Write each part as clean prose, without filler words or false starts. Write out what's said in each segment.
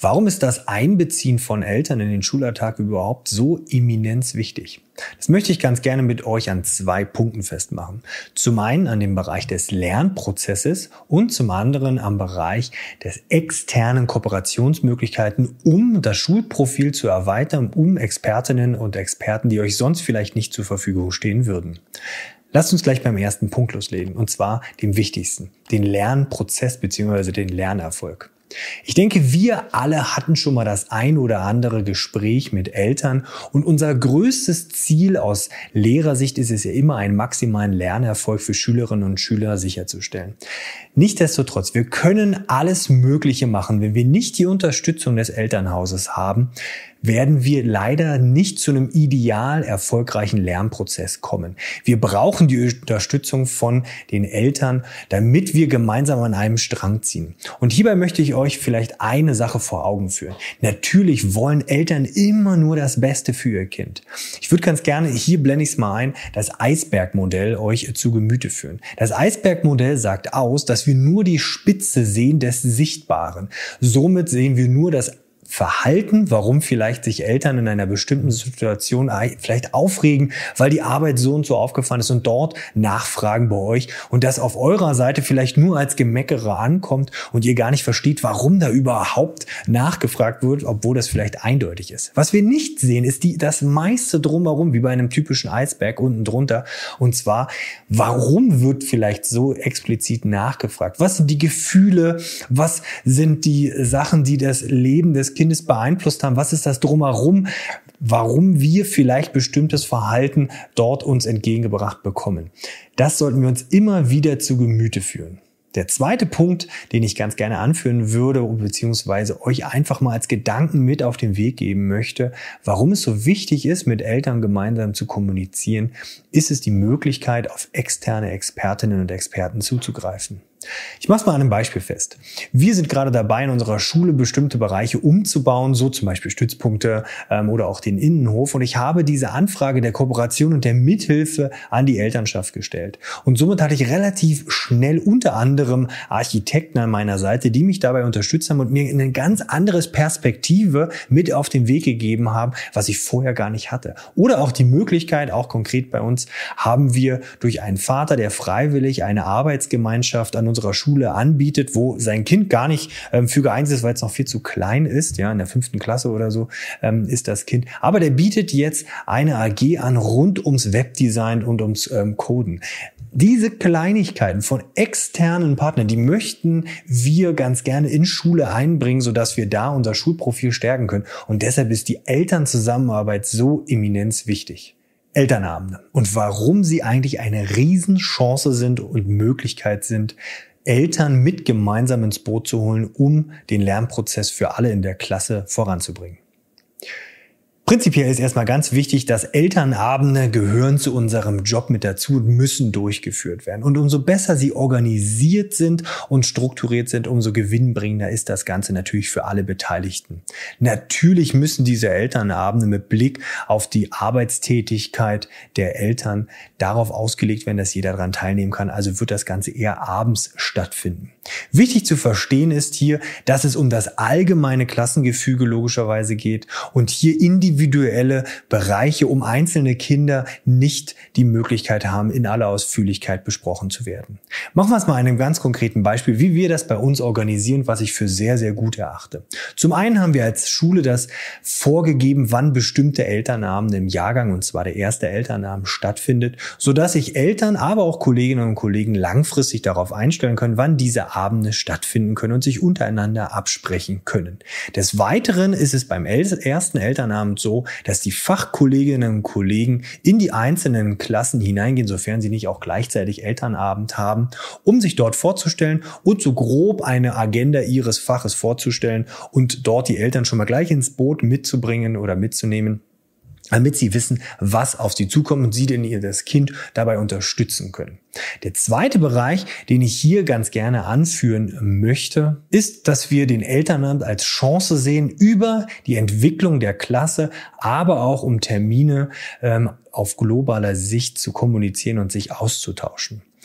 Warum ist das Einbeziehen von Eltern in den Schulalltag überhaupt so eminenz wichtig? Das möchte ich ganz gerne mit euch an 2 Punkten festmachen. Zum einen an dem Bereich des Lernprozesses und zum anderen am Bereich des externen Kooperationsmöglichkeiten, um das Schulprofil zu erweitern, um Expertinnen und Experten, die euch sonst vielleicht nicht zur Verfügung stehen würden. Lasst uns gleich beim ersten Punkt loslegen, und zwar dem wichtigsten, den Lernprozess bzw. den Lernerfolg. Ich denke, wir alle hatten schon mal das ein oder andere Gespräch mit Eltern und unser größtes Ziel aus Lehrersicht ist es ja immer, einen maximalen Lernerfolg für Schülerinnen und Schüler sicherzustellen. Nichtsdestotrotz, wir können alles Mögliche machen. Wenn wir nicht die Unterstützung des Elternhauses haben, werden wir leider nicht zu einem ideal erfolgreichen Lernprozess kommen. Wir brauchen die Unterstützung von den Eltern, damit wir gemeinsam an einem Strang ziehen. Und hierbei möchte ich euch vielleicht eine Sache vor Augen führen. Natürlich wollen Eltern immer nur das Beste für ihr Kind. Ich würde ganz gerne, hier blende ich es mal ein, das Eisbergmodell euch zu Gemüte führen. Das Eisbergmodell sagt aus, dass wir nur die Spitze sehen des Sichtbaren. Somit sehen wir nur das Verhalten, warum vielleicht sich Eltern in einer bestimmten Situation vielleicht aufregen, weil die Arbeit so und so aufgefallen ist und dort nachfragen bei euch und das auf eurer Seite vielleicht nur als Gemeckere ankommt und ihr gar nicht versteht, warum da überhaupt nachgefragt wird, obwohl das vielleicht eindeutig ist. Was wir nicht sehen, ist das meiste drumherum, wie bei einem typischen Eisberg unten drunter, und zwar, warum wird vielleicht so explizit nachgefragt? Was sind die Gefühle? Was sind die Sachen, die das Leben des Kindes beeinflusst haben? Was ist das drumherum, warum wir vielleicht bestimmtes Verhalten dort uns entgegengebracht bekommen? Das sollten wir uns immer wieder zu Gemüte führen. Der zweite Punkt, den ich ganz gerne anführen würde, beziehungsweise euch einfach mal als Gedanken mit auf den Weg geben möchte, warum es so wichtig ist, mit Eltern gemeinsam zu kommunizieren, ist es die Möglichkeit, auf externe Expertinnen und Experten zuzugreifen. Ich mache es mal an einem Beispiel fest. Wir sind gerade dabei, in unserer Schule bestimmte Bereiche umzubauen, so zum Beispiel Stützpunkte oder auch den Innenhof. Und ich habe diese Anfrage der Kooperation und der Mithilfe an die Elternschaft gestellt. Und somit hatte ich relativ schnell unter anderem Architekten an meiner Seite, die mich dabei unterstützt haben und mir eine ganz andere Perspektive mit auf den Weg gegeben haben, was ich vorher gar nicht hatte. Oder auch die Möglichkeit, auch konkret bei uns, haben wir durch einen Vater, der freiwillig eine Arbeitsgemeinschaft an unserer Schule anbietet, wo sein Kind gar nicht für geeignet ist, weil es noch viel zu klein ist, ja, in der 5. Klasse oder so ist das Kind. Aber der bietet jetzt eine AG an rund ums Webdesign und ums Coden. Diese Kleinigkeiten von externen Partnern, die möchten wir ganz gerne in Schule einbringen, sodass wir da unser Schulprofil stärken können. Und deshalb ist die Elternzusammenarbeit so eminenz wichtig. Elternabende und warum sie eigentlich eine Riesenchance sind und Möglichkeit sind, Eltern mit gemeinsam ins Boot zu holen, um den Lernprozess für alle in der Klasse voranzubringen. Prinzipiell ist erstmal ganz wichtig, dass Elternabende gehören zu unserem Job mit dazu und müssen durchgeführt werden. Und umso besser sie organisiert sind und strukturiert sind, umso gewinnbringender ist das Ganze natürlich für alle Beteiligten. Natürlich müssen diese Elternabende mit Blick auf die Arbeitstätigkeit der Eltern darauf ausgelegt werden, dass jeder daran teilnehmen kann. Also wird das Ganze eher abends stattfinden. Wichtig zu verstehen ist hier, dass es um das allgemeine Klassengefüge logischerweise geht und hier individuelle Bereiche um einzelne Kinder nicht die Möglichkeit haben, in aller Ausführlichkeit besprochen zu werden. Machen wir es mal an einem ganz konkreten Beispiel, wie wir das bei uns organisieren, was ich für sehr, sehr gut erachte. Zum einen haben wir als Schule das vorgegeben, wann bestimmte Elternabende im Jahrgang, und zwar der erste Elternabend, stattfindet, sodass sich Eltern, aber auch Kolleginnen und Kollegen langfristig darauf einstellen können, wann diese Abende stattfinden können und sich untereinander absprechen können. Des Weiteren ist es beim ersten Elternabend so, dass die Fachkolleginnen und Kollegen in die einzelnen Klassen hineingehen, sofern sie nicht auch gleichzeitig Elternabend haben, um sich dort vorzustellen und so grob eine Agenda ihres Faches vorzustellen und dort die Eltern schon mal gleich ins Boot mitzubringen oder mitzunehmen, damit sie wissen, was auf sie zukommt und sie denn das Kind dabei unterstützen können. Der zweite Bereich, den ich hier ganz gerne anführen möchte, ist, dass wir den Elternabend als Chance sehen, über die Entwicklung der Klasse, aber auch um Termine auf globaler Sicht zu kommunizieren und sich auszutauschen.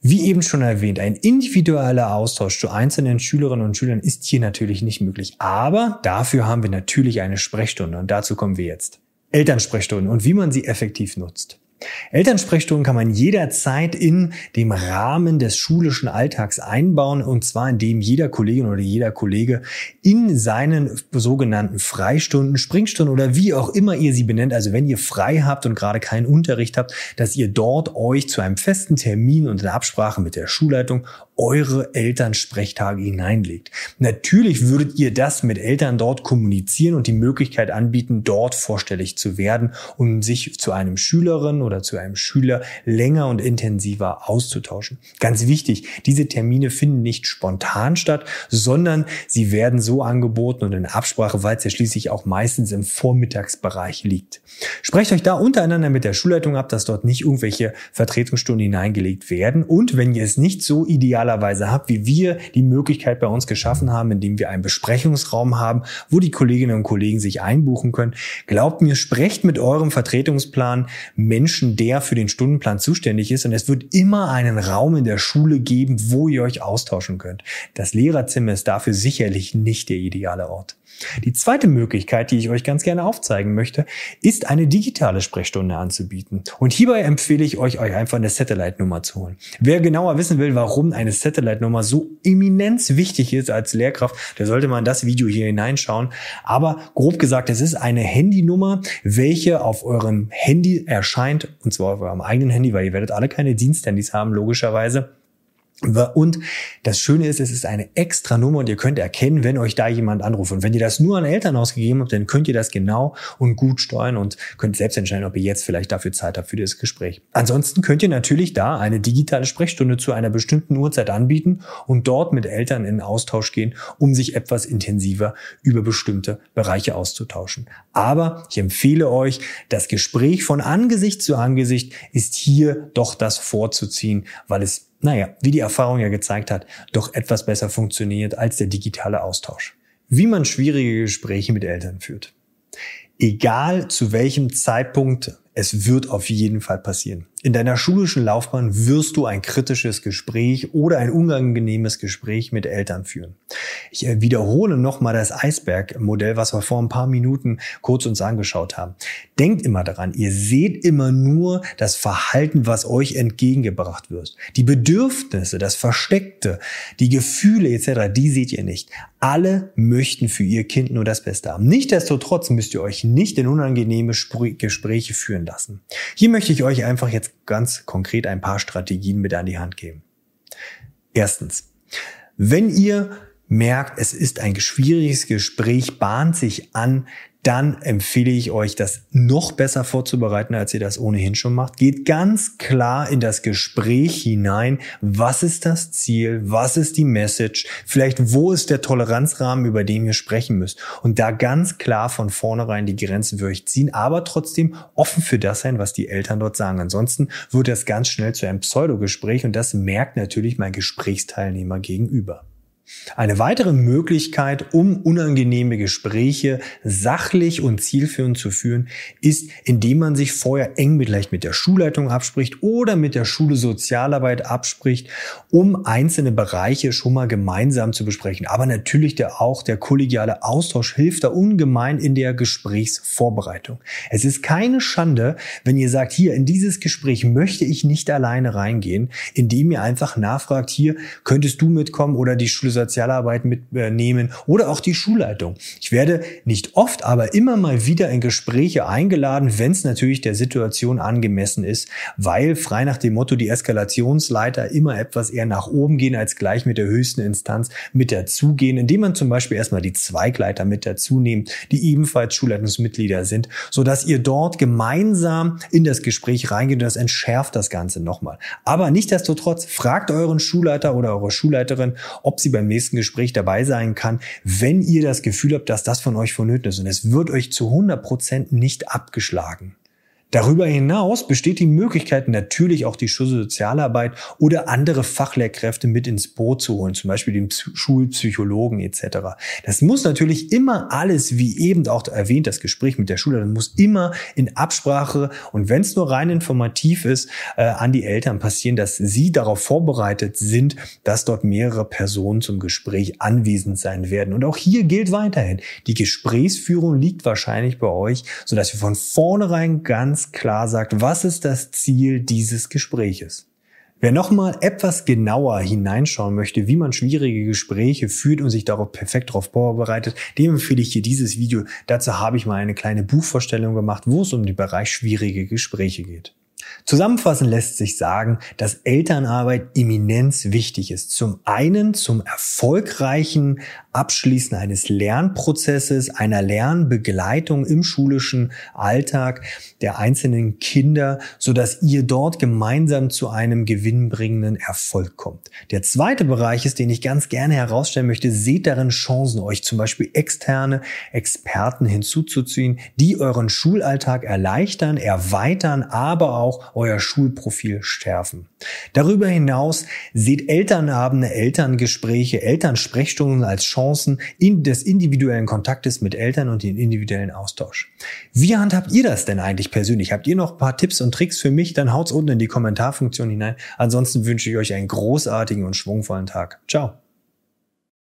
Wie eben schon erwähnt, ein individueller Austausch zu einzelnen Schülerinnen und Schülern ist hier natürlich nicht möglich. Aber dafür haben wir natürlich eine Sprechstunde und dazu kommen wir jetzt. Elternsprechstunden und wie man sie effektiv nutzt. Elternsprechstunden kann man jederzeit in dem Rahmen des schulischen Alltags einbauen, und zwar indem jeder Kollegin oder jeder Kollege in seinen sogenannten Freistunden, Springstunden oder wie auch immer ihr sie benennt, also wenn ihr frei habt und gerade keinen Unterricht habt, dass ihr dort euch zu einem festen Termin und in Absprache mit der Schulleitung eure Elternsprechtage hineinlegt. Natürlich würdet ihr das mit Eltern dort kommunizieren und die Möglichkeit anbieten, dort vorstellig zu werden, um sich zu einem Schülerin oder zu einem Schüler länger und intensiver auszutauschen. Ganz wichtig, diese Termine finden nicht spontan statt, sondern sie werden so angeboten und in Absprache, weil es ja schließlich auch meistens im Vormittagsbereich liegt. Sprecht euch da untereinander mit der Schulleitung ab, dass dort nicht irgendwelche Vertretungsstunden hineingelegt werden, und wenn ihr es nicht so idealerweise habt, wie wir die Möglichkeit bei uns geschaffen haben, indem wir einen Besprechungsraum haben, wo die Kolleginnen und Kollegen sich einbuchen können, glaubt mir, sprecht mit eurem Vertretungsplan Menschen, der für den Stundenplan zuständig ist, und es wird immer einen Raum in der Schule geben, wo ihr euch austauschen könnt. Das Lehrerzimmer ist dafür sicherlich nicht der ideale Ort. Die zweite Möglichkeit, die ich euch ganz gerne aufzeigen möchte, ist eine digitale Sprechstunde anzubieten. Und hierbei empfehle ich euch einfach eine Satellite-Nummer zu holen. Wer genauer wissen will, warum eine Satellite-Nummer so eminenz wichtig ist als Lehrkraft, der sollte mal in das Video hier hineinschauen. Aber grob gesagt, es ist eine Handynummer, welche auf eurem Handy erscheint, und zwar auf eurem eigenen Handy, weil ihr werdet alle keine Diensthandys haben, logischerweise. Und das Schöne ist, es ist eine extra Nummer und ihr könnt erkennen, wenn euch da jemand anruft. Und wenn ihr das nur an Eltern ausgegeben habt, dann könnt ihr das genau und gut steuern und könnt selbst entscheiden, ob ihr jetzt vielleicht dafür Zeit habt für das Gespräch. Ansonsten könnt ihr natürlich da eine digitale Sprechstunde zu einer bestimmten Uhrzeit anbieten und dort mit Eltern in Austausch gehen, um sich etwas intensiver über bestimmte Bereiche auszutauschen. Aber ich empfehle euch, das Gespräch von Angesicht zu Angesicht ist hier doch das vorzuziehen, weil es, wie die Erfahrung ja gezeigt hat, doch etwas besser funktioniert als der digitale Austausch. Wie man schwierige Gespräche mit Eltern führt. Egal zu welchem Zeitpunkt, es wird auf jeden Fall passieren. In deiner schulischen Laufbahn wirst du ein kritisches Gespräch oder ein unangenehmes Gespräch mit Eltern führen. Ich wiederhole nochmal das Eisberg-Modell, was wir vor ein paar Minuten kurz uns angeschaut haben. Denkt immer daran, ihr seht immer nur das Verhalten, was euch entgegengebracht wird. Die Bedürfnisse, das Versteckte, die Gefühle etc., die seht ihr nicht. Alle möchten für ihr Kind nur das Beste haben. Nichtsdestotrotz müsst ihr euch nicht in unangenehme Gespräche führen lassen. Hier möchte ich euch einfach jetzt ganz konkret ein paar Strategien mit an die Hand geben. Erstens, wenn ihr merkt, es ist ein schwieriges Gespräch, bahnt sich an, dann empfehle ich euch, das noch besser vorzubereiten, als ihr das ohnehin schon macht. Geht ganz klar in das Gespräch hinein. Was ist das Ziel? Was ist die Message? Vielleicht, wo ist der Toleranzrahmen, über den ihr sprechen müsst? Und da ganz klar von vornherein die Grenzen für euch ziehen, aber trotzdem offen für das sein, was die Eltern dort sagen. Ansonsten wird das ganz schnell zu einem Pseudogespräch, und das merkt natürlich mein Gesprächsteilnehmer gegenüber. Eine weitere Möglichkeit, um unangenehme Gespräche sachlich und zielführend zu führen, ist, indem man sich vorher eng vielleicht mit der Schulleitung abspricht oder mit der Schule Sozialarbeit abspricht, um einzelne Bereiche schon mal gemeinsam zu besprechen. Aber natürlich auch der kollegiale Austausch hilft da ungemein in der Gesprächsvorbereitung. Es ist keine Schande, wenn ihr sagt, hier in dieses Gespräch möchte ich nicht alleine reingehen, indem ihr einfach nachfragt, hier könntest du mitkommen oder die Schule Sozialarbeit mitnehmen oder auch die Schulleitung. Ich werde nicht oft, aber immer mal wieder in Gespräche eingeladen, wenn es natürlich der Situation angemessen ist, weil frei nach dem Motto die Eskalationsleiter immer etwas eher nach oben gehen, als gleich mit der höchsten Instanz mit dazugehen, indem man zum Beispiel erstmal die Zweigleiter mit dazu nimmt, die ebenfalls Schulleitungsmitglieder sind, sodass ihr dort gemeinsam in das Gespräch reingeht, und das entschärft das Ganze nochmal. Aber nichtsdestotrotz, fragt euren Schulleiter oder eure Schulleiterin, ob sie beim nächsten Gespräch dabei sein kann, wenn ihr das Gefühl habt, dass das von euch vonnöten ist. Und es wird euch zu 100% nicht abgeschlagen. Darüber hinaus besteht die Möglichkeit, natürlich auch die Schulsozialarbeit oder andere Fachlehrkräfte mit ins Boot zu holen, zum Beispiel den Schulpsychologen etc. Das muss natürlich immer alles, wie eben auch erwähnt, das Gespräch mit der Schulleitung muss immer in Absprache und wenn es nur rein informativ ist, an die Eltern passieren, dass sie darauf vorbereitet sind, dass dort mehrere Personen zum Gespräch anwesend sein werden. Und auch hier gilt weiterhin, die Gesprächsführung liegt wahrscheinlich bei euch, sodass ihr von vornherein ganz klar sagt, was ist das Ziel dieses Gespräches. Wer nochmal etwas genauer hineinschauen möchte, wie man schwierige Gespräche führt und sich perfekt darauf vorbereitet, dem empfehle ich hier dieses Video. Dazu habe ich mal eine kleine Buchvorstellung gemacht, wo es um den Bereich schwierige Gespräche geht. Zusammenfassend lässt sich sagen, dass Elternarbeit eminenz wichtig ist. Zum einen zum erfolgreichen Abschließen eines Lernprozesses, einer Lernbegleitung im schulischen Alltag der einzelnen Kinder, sodass ihr dort gemeinsam zu einem gewinnbringenden Erfolg kommt. Der zweite Bereich ist, den ich ganz gerne herausstellen möchte, seht darin Chancen, euch zum Beispiel externe Experten hinzuzuziehen, die euren Schulalltag erleichtern, erweitern, aber auch euer Schulprofil schärfen. Darüber hinaus seht Elternabende, Elterngespräche, Elternsprechstunden als Chancen des individuellen Kontaktes mit Eltern und den individuellen Austausch. Wie handhabt ihr das denn eigentlich persönlich? Habt ihr noch ein paar Tipps und Tricks für mich? Dann haut's unten in die Kommentarfunktion hinein. Ansonsten wünsche ich euch einen großartigen und schwungvollen Tag. Ciao.